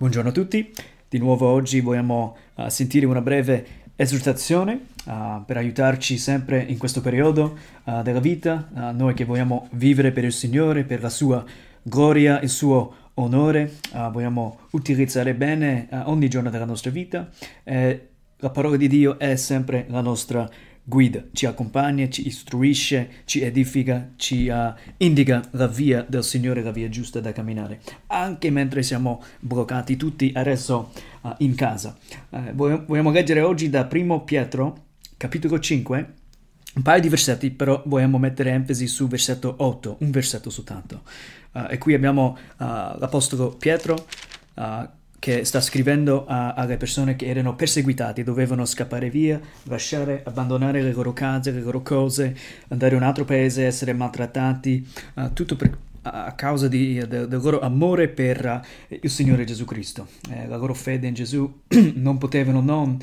Buongiorno a tutti, di nuovo oggi vogliamo sentire una breve esortazione per aiutarci sempre in questo periodo della vita, noi che vogliamo vivere per il Signore, per la sua gloria, il suo onore, vogliamo utilizzare bene ogni giorno della nostra vita. La parola di Dio è sempre la nostra guida, ci accompagna, ci istruisce, ci edifica, ci indica la via del Signore, la via giusta da camminare, anche mentre siamo bloccati tutti adesso in casa. Vogliamo leggere oggi da 1 Pietro, capitolo 5, un paio di versetti, però vogliamo mettere enfasi su versetto 8, un versetto soltanto. E qui abbiamo l'Apostolo Pietro, che sta scrivendo alle persone che erano perseguitate, dovevano scappare via, lasciare, abbandonare le loro case, le loro cose, andare in un altro paese, essere maltrattati, tutto a causa del loro amore per il Signore Gesù Cristo. La loro fede in Gesù non potevano non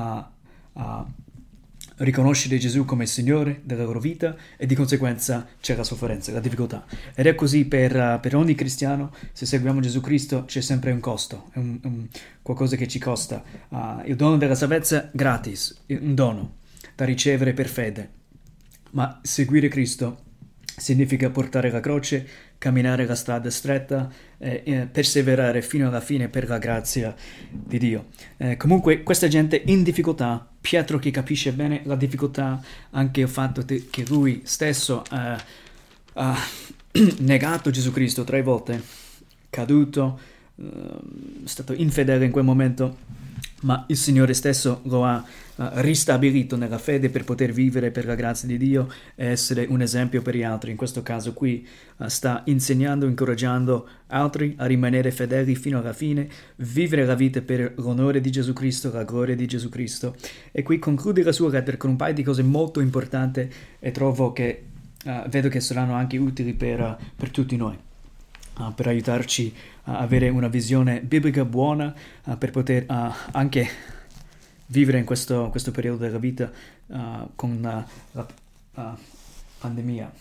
riconoscere Gesù come il Signore della loro vita e di conseguenza c'è la sofferenza, la difficoltà. Ed è così per ogni cristiano. Se seguiamo Gesù Cristo c'è sempre un costo, è qualcosa che ci costa. Il dono della salvezza gratis, un dono da ricevere per fede. Ma seguire Cristo significa portare la croce, camminare la strada stretta e perseverare fino alla fine per la grazia di Dio. Comunque questa gente in difficoltà, Pietro che capisce bene la difficoltà, anche il fatto che lui stesso ha negato Gesù Cristo 3 volte, caduto, è stato infedele in quel momento, ma il Signore stesso lo ha ristabilito nella fede per poter vivere per la grazia di Dio e essere un esempio per gli altri. In questo caso qui sta insegnando, incoraggiando altri a rimanere fedeli fino alla fine, vivere la vita per l'onore di Gesù Cristo, la gloria di Gesù Cristo. E qui conclude la sua lettera con un paio di cose molto importanti e trovo che vedo che saranno anche utili per tutti noi. Per aiutarci a avere una visione biblica buona, per poter anche vivere in questo periodo della vita con la pandemia.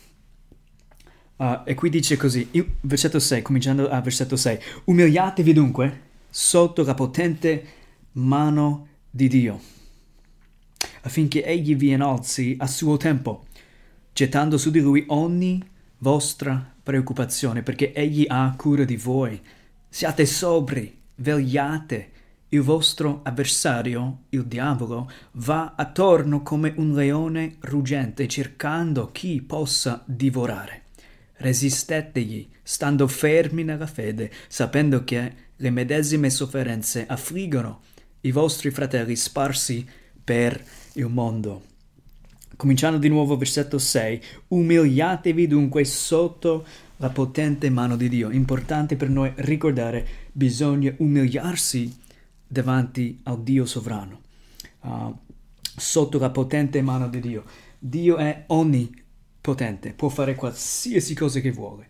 E qui dice così, versetto 6, cominciando a versetto 6, umiliatevi dunque sotto la potente mano di Dio, affinché Egli vi innalzi a suo tempo, gettando su di Lui ogni vostra preoccupazione, perché Egli ha cura di voi. Siate sobri, vegliate. Il vostro avversario, il diavolo, va attorno come un leone ruggente, cercando chi possa divorare. Resistetegli, stando fermi nella fede, sapendo che le medesime sofferenze affliggono i vostri fratelli sparsi per il mondo. Cominciando di nuovo versetto 6, umiliatevi dunque sotto la potente mano di Dio. Importante per noi ricordare, bisogna umiliarsi davanti al Dio sovrano, sotto la potente mano di Dio. Dio è onnipotente, può fare qualsiasi cosa che vuole,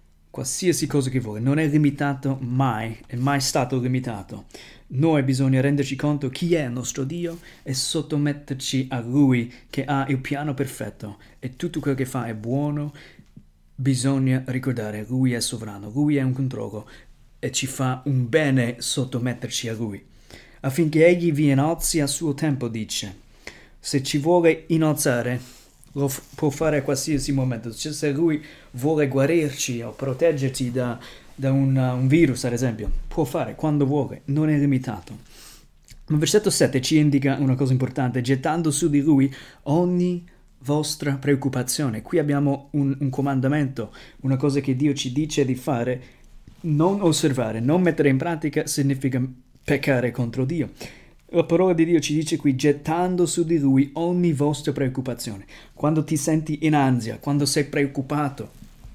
non è limitato mai, è mai stato limitato. Noi bisogna renderci conto chi è il nostro Dio e sottometterci a Lui che ha il piano perfetto e tutto quello che fa è buono. Bisogna ricordare, Lui è sovrano, Lui è in controllo e ci fa un bene sottometterci a Lui. Affinché Egli vi innalzi a suo tempo, dice. Se ci vuole innalzare, lo può fare a qualsiasi momento. Cioè, se Lui vuole guarirci o proteggerci da un virus, ad esempio, può fare quando vuole, non è limitato. Ma versetto 7 ci indica una cosa importante, gettando su di Lui ogni vostra preoccupazione. Qui abbiamo un comandamento, una cosa che Dio ci dice di fare. Non osservare, non mettere in pratica significa peccare contro Dio. La parola di Dio ci dice qui, gettando su di Lui ogni vostra preoccupazione. Quando ti senti in ansia, quando sei preoccupato,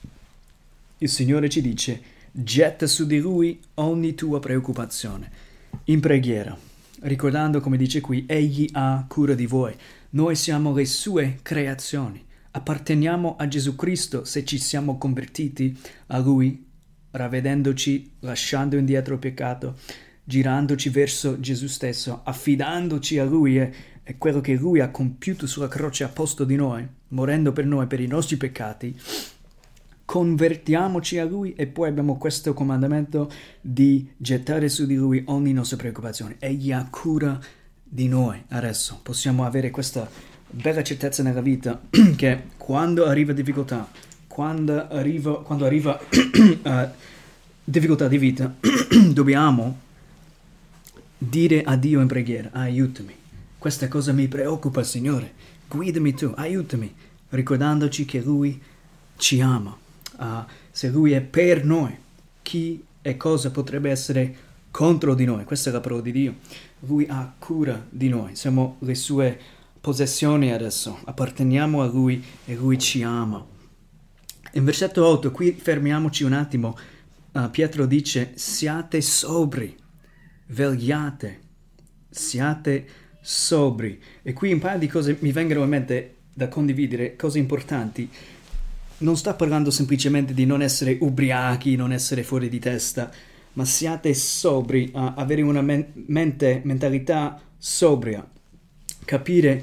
il Signore ci dice, getta su di Lui ogni tua preoccupazione. In preghiera, ricordando, come dice qui, Egli ha cura di voi. Noi siamo le sue creazioni. Apparteniamo a Gesù Cristo se ci siamo convertiti a Lui, ravvedendoci, lasciando indietro il peccato, girandoci verso Gesù stesso, affidandoci a Lui e quello che Lui ha compiuto sulla croce a posto di noi, morendo per noi, per i nostri peccati. convertiamoci a Lui e poi abbiamo questo comandamento di gettare su di Lui ogni nostra preoccupazione. Egli ha cura di noi adesso. Possiamo avere questa bella certezza nella vita che quando arriva difficoltà, quando arriva difficoltà di vita, dobbiamo dire a Dio in preghiera: aiutami, questa cosa mi preoccupa, Signore, guidami tu, aiutami, ricordandoci che Lui ci ama. Se Lui è per noi, chi e cosa potrebbe essere contro di noi? Questa è la parola di Dio. Lui ha cura di noi, siamo le sue possessioni adesso, apparteniamo a Lui e Lui ci ama. In versetto 8, qui fermiamoci un attimo, Pietro dice: siate sobri, vegliate, siate sobri. E qui un paio di cose mi vengono in mente da condividere, cose importanti. Non sta parlando semplicemente di non essere ubriachi, non essere fuori di testa, ma siate sobri, avere una mentalità sobria, capire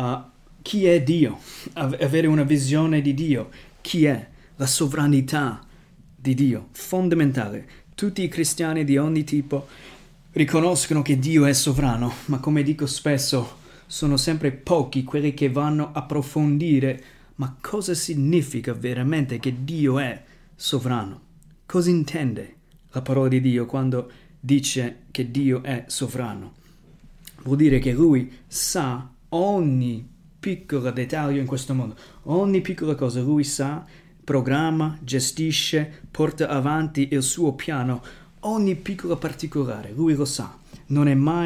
chi è Dio, avere una visione di Dio, chi è, la sovranità di Dio, fondamentale. Tutti i cristiani di ogni tipo riconoscono che Dio è sovrano, ma come dico spesso, sono sempre pochi quelli che vanno a approfondire ma cosa significa veramente che Dio è sovrano? Cosa intende la parola di Dio quando dice che Dio è sovrano? Vuol dire che Lui sa ogni piccolo dettaglio in questo mondo, ogni piccola cosa Lui sa, programma, gestisce, porta avanti il suo piano, ogni piccola particolare, Lui lo sa. Non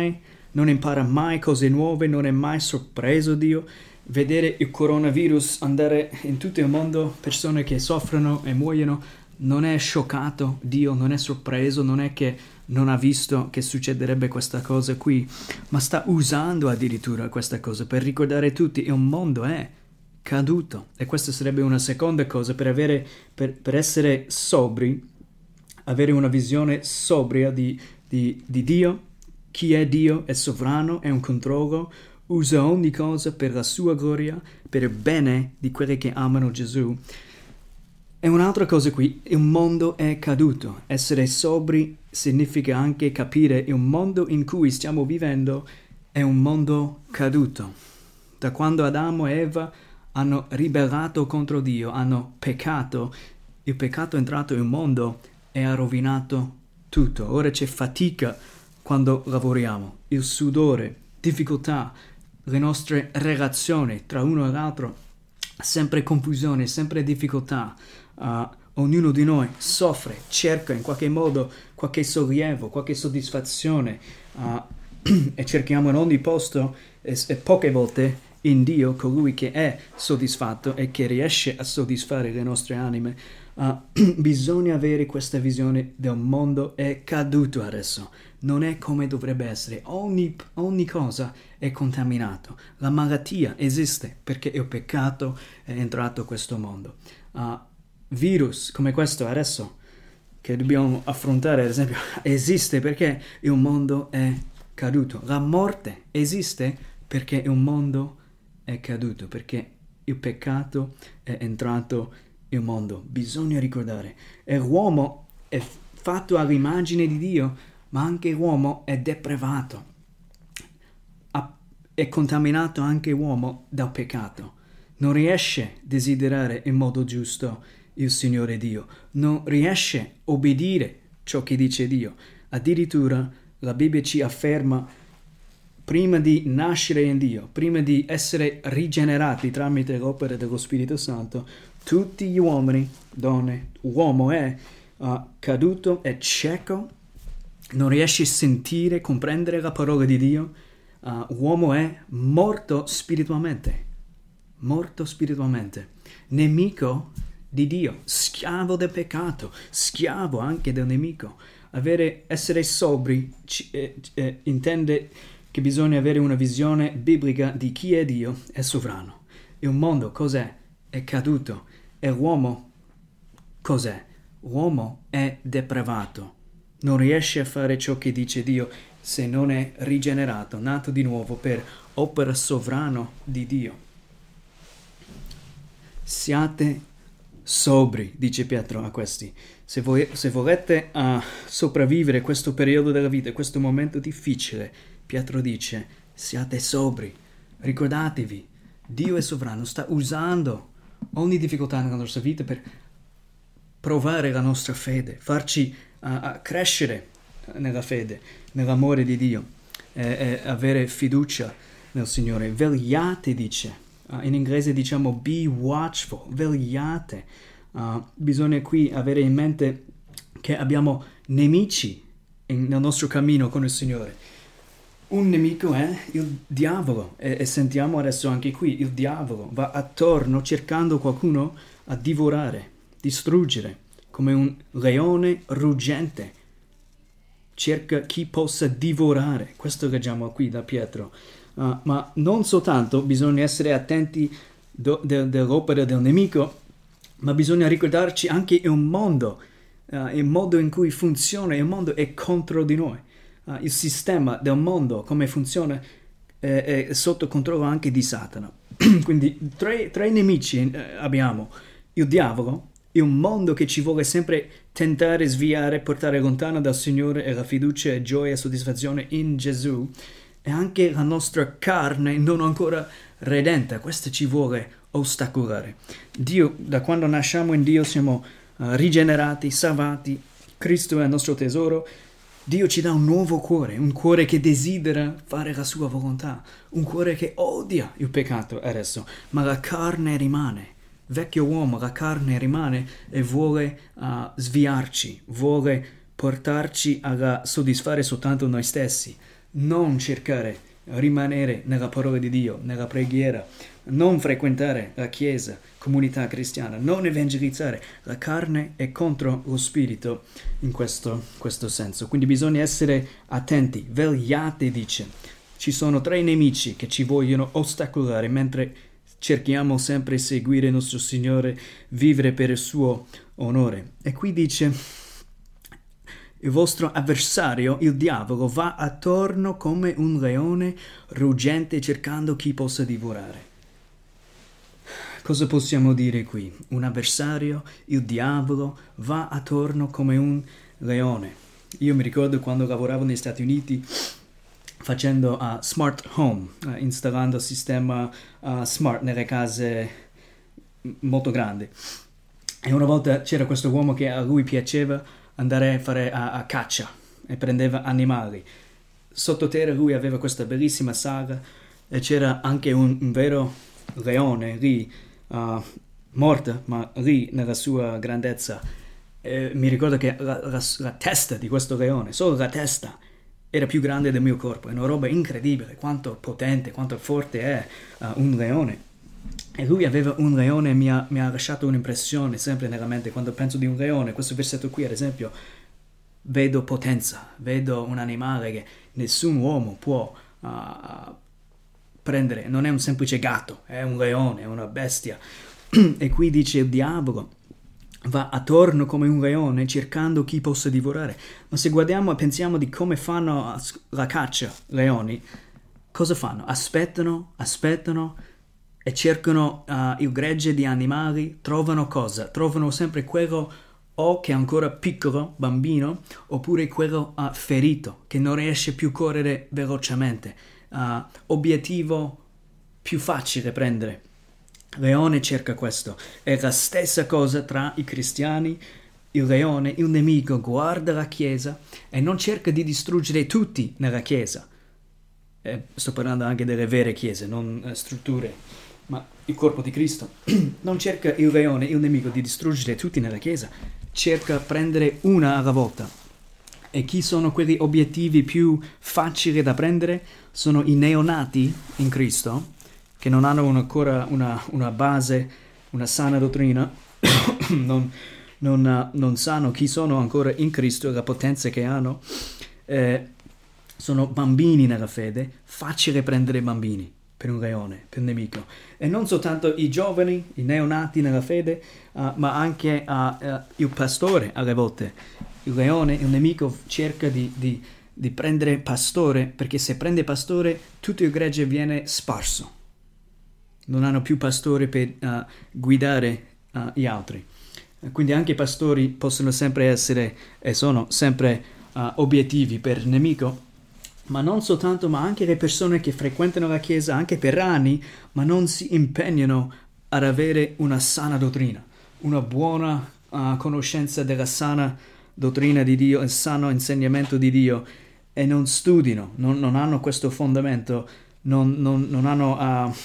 impara mai cose nuove, non è mai sorpreso Dio. Vedere il coronavirus andare in tutto il mondo, persone che soffrono e muoiono, non è scioccato Dio, non è sorpreso, non è che non ha visto che succederebbe questa cosa qui, ma sta usando addirittura questa cosa per ricordare tutti: il mondo è caduto. E questa sarebbe una seconda cosa per essere sobri, avere una visione sobria di Dio. Chi è Dio? È sovrano, è un controllo, usa ogni cosa per la sua gloria, per il bene di quelli che amano Gesù. E un'altra cosa qui, il mondo è caduto. Essere sobri significa anche capire il mondo in cui stiamo vivendo è un mondo caduto. Da quando Adamo e Eva hanno ribellato contro Dio, hanno peccato, il peccato è entrato nel mondo e ha rovinato tutto. Ora c'è fatica quando lavoriamo, il sudore, difficoltà, le nostre relazioni tra uno e l'altro, sempre confusione, sempre difficoltà. Ognuno di noi soffre, cerca in qualche modo qualche sollievo, qualche soddisfazione e cerchiamo in ogni posto e poche volte in Dio, colui che è soddisfatto e che riesce a soddisfare le nostre anime. Bisogna avere questa visione del mondo è caduto adesso, non è come dovrebbe essere, ogni cosa è contaminato, la malattia esiste perché il peccato è entrato in questo mondo. Virus come questo adesso che dobbiamo affrontare, ad esempio, esiste perché il mondo è caduto. La morte esiste perché il mondo è caduto, perché il peccato è entrato nel mondo. Bisogna ricordare, e l'uomo è fatto all'immagine di Dio, ma anche l'uomo è depravato, è contaminato anche l'uomo dal peccato. Non riesce a desiderare in modo giusto il Signore Dio, non riesce a obbedire ciò che dice Dio. Addirittura la Bibbia ci afferma: prima di nascere in Dio, prima di essere rigenerati tramite l'opera dello Spirito Santo, tutti gli uomini, donne, uomo è caduto, è cieco, non riesce a sentire, comprendere la parola di Dio, uomo è morto spiritualmente, nemico di Dio, schiavo del peccato, schiavo anche del nemico. Essere sobri intende che bisogna avere una visione biblica di chi è Dio, è sovrano. Il mondo cos'è? È caduto. E l'uomo cos'è? L'uomo è depravato. Non riesce a fare ciò che dice Dio se non è rigenerato, nato di nuovo per opera sovrano di Dio. Siate sobri, dice Pietro a questi. Se volete sopravvivere questo periodo della vita, questo momento difficile, Pietro dice, siate sobri, ricordatevi, Dio è sovrano, sta usando ogni difficoltà nella nostra vita per provare la nostra fede, farci crescere nella fede, nell'amore di Dio, avere fiducia nel Signore. Vegliate, dice. In inglese diciamo be watchful, vegliate. Bisogna qui avere in mente che abbiamo nemici nel nostro cammino con il Signore. Un nemico è il diavolo e sentiamo adesso anche qui, il diavolo va attorno cercando qualcuno a divorare, distruggere, come un leone ruggente. Cerca chi possa divorare, questo leggiamo qui da Pietro. Ma non soltanto bisogna essere attenti dell'opera del nemico, ma bisogna ricordarci anche il modo in cui funziona, il mondo è contro di noi. Il sistema del mondo, come funziona, è sotto controllo anche di Satana. Quindi tre nemici abbiamo: il diavolo, il mondo che ci vuole sempre tentare, sviare, portare lontano dal Signore e la fiducia e gioia e soddisfazione in Gesù, e anche la nostra carne non ancora redenta. Questa ci vuole ostacolare. Dio, da quando nasciamo in Dio siamo rigenerati, salvati, Cristo è il nostro tesoro. Dio ci dà un nuovo cuore, un cuore che desidera fare la sua volontà, un cuore che odia il peccato adesso, ma la carne rimane. Vecchio uomo, la carne rimane e vuole sviarci, vuole portarci a soddisfare soltanto noi stessi, non cercare, rimanere nella parola di Dio, nella preghiera, non frequentare la chiesa, comunità cristiana, non evangelizzare. La carne è contro lo spirito in questo senso. Quindi bisogna essere attenti, vegliate, dice. Ci sono tre nemici che ci vogliono ostacolare mentre cerchiamo sempre di seguire il nostro Signore, vivere per il suo onore. E qui dice: il vostro avversario, il diavolo, va attorno come un leone ruggente cercando chi possa divorare. Cosa possiamo dire qui? Un avversario, il diavolo, va attorno come un leone. Io mi ricordo quando lavoravo negli Stati Uniti facendo smart home, installando il sistema smart nelle case molto grandi. E una volta c'era questo uomo che a lui piaceva andare a fare a caccia e prendeva animali. Sottoterra lui aveva questa bellissima sala e c'era anche un vero leone lì, morto, ma lì nella sua grandezza. Mi ricordo che la testa di questo leone, solo la testa, era più grande del mio corpo. È una roba incredibile, quanto potente, quanto forte è un leone. E lui aveva un leone e mi ha lasciato un'impressione sempre nella mente. Quando penso di un leone, questo versetto qui ad esempio, vedo potenza, vedo un animale che nessun uomo può prendere. Non è un semplice gatto, è un leone, è una bestia. E qui dice: il diavolo va attorno come un leone cercando chi possa divorare. Ma se guardiamo e pensiamo di come fanno la caccia leoni, cosa fanno? Aspettano e cercano il gregge di animali. Trovano cosa? Trovano sempre quello o che è ancora piccolo, bambino, oppure quello ferito, che non riesce più a correre velocemente. Obiettivo più facile prendere. Leone cerca questo. È la stessa cosa tra i cristiani. Il leone, il nemico, guarda la chiesa e non cerca di distruggere tutti nella chiesa. Sto parlando anche delle vere chiese, non strutture, ma il corpo di Cristo. Non cerca il leone, il nemico, di distruggere tutti nella chiesa, cerca prendere una alla volta. E chi sono quegli obiettivi più facili da prendere? Sono i neonati in Cristo, che non hanno ancora una base, una sana dottrina, non sanno chi sono ancora in Cristo e la potenza che hanno. Sono bambini nella fede, facile prendere bambini per un leone, per un nemico. E non soltanto i giovani, i neonati nella fede, ma anche il pastore alle volte. Il leone, il nemico, cerca di prendere pastore, perché se prende pastore tutto il gregge viene sparso. Non hanno più pastore per guidare gli altri. Quindi anche i pastori possono sempre essere e sono sempre obiettivi per il nemico, ma non soltanto, ma anche le persone che frequentano la Chiesa anche per anni, ma non si impegnano ad avere una sana dottrina, una buona conoscenza della sana dottrina di Dio, il sano insegnamento di Dio, e non studino, non hanno questo fondamento, non hanno,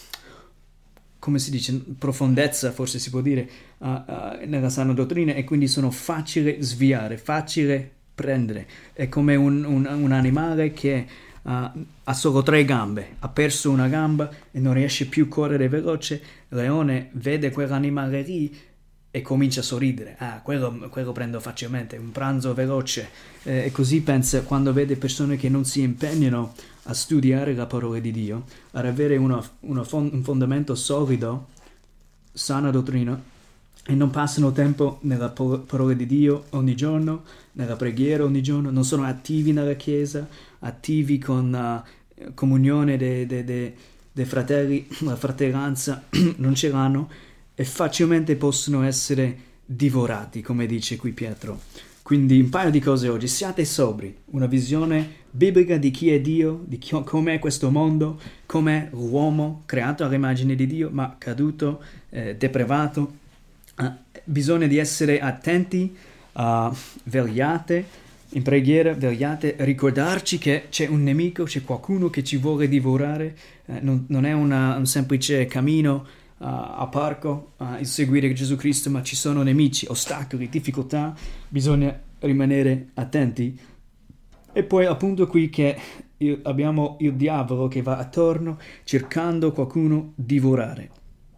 come si dice, profondezza, forse si può dire, nella sana dottrina, e quindi sono facile sviare, facile prendere. È come un animale che ha solo 3 gambe, ha perso una gamba e non riesce più a correre veloce. Il leone vede quell'animale lì e comincia a sorridere. Quello prendo facilmente, un pranzo veloce. E così pensa quando vede persone che non si impegnano a studiare la parola di Dio, ad avere un fondamento solido, sana dottrina, e non passano tempo nella parola di Dio ogni giorno, nella preghiera ogni giorno, non sono attivi nella Chiesa, attivi con comunione dei fratelli, la fratellanza, non ce l'hanno, e facilmente possono essere divorati, come dice qui Pietro. Quindi un paio di cose oggi: siate sobri, una visione biblica di chi è Dio, di com'è questo mondo, com'è l'uomo creato all'immagine di Dio, ma caduto, depravato. Bisogna di essere attenti, vegliate, in preghiera, vegliate, ricordarci che c'è un nemico, c'è qualcuno che ci vuole divorare, non è un semplice cammino a parco, il seguire Gesù Cristo, ma ci sono nemici, ostacoli, difficoltà, bisogna rimanere attenti. E poi appunto qui che abbiamo il diavolo che va attorno cercando qualcuno divorare,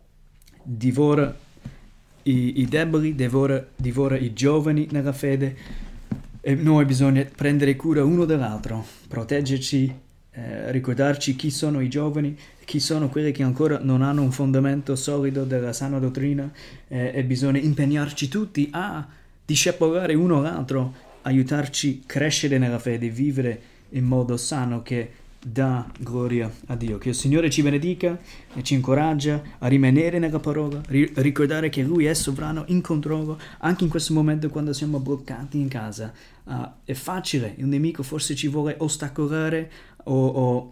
divora i deboli, divora i giovani nella fede, e noi bisogna prendere cura uno dell'altro, proteggerci, ricordarci chi sono i giovani, chi sono quelli che ancora non hanno un fondamento solido della sana dottrina, e bisogna impegnarci tutti a discepolare uno l'altro, aiutarci a crescere nella fede, vivere in modo sano che dà gloria a Dio. Che il Signore ci benedica e ci incoraggia a rimanere nella parola, ricordare che Lui è sovrano, in controllo, anche in questo momento quando siamo bloccati in casa. È facile, il nemico forse ci vuole ostacolare o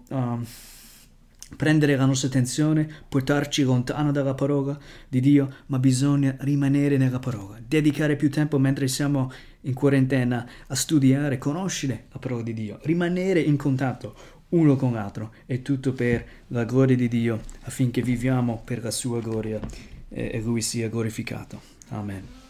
prendere la nostra attenzione, portarci lontano dalla parola di Dio, ma bisogna rimanere nella parola, dedicare più tempo mentre siamo in quarantena a studiare, conoscere la parola di Dio, rimanere in contatto uno con l'altro, e tutto per la gloria di Dio, affinché viviamo per la sua gloria e Lui sia glorificato. Amen.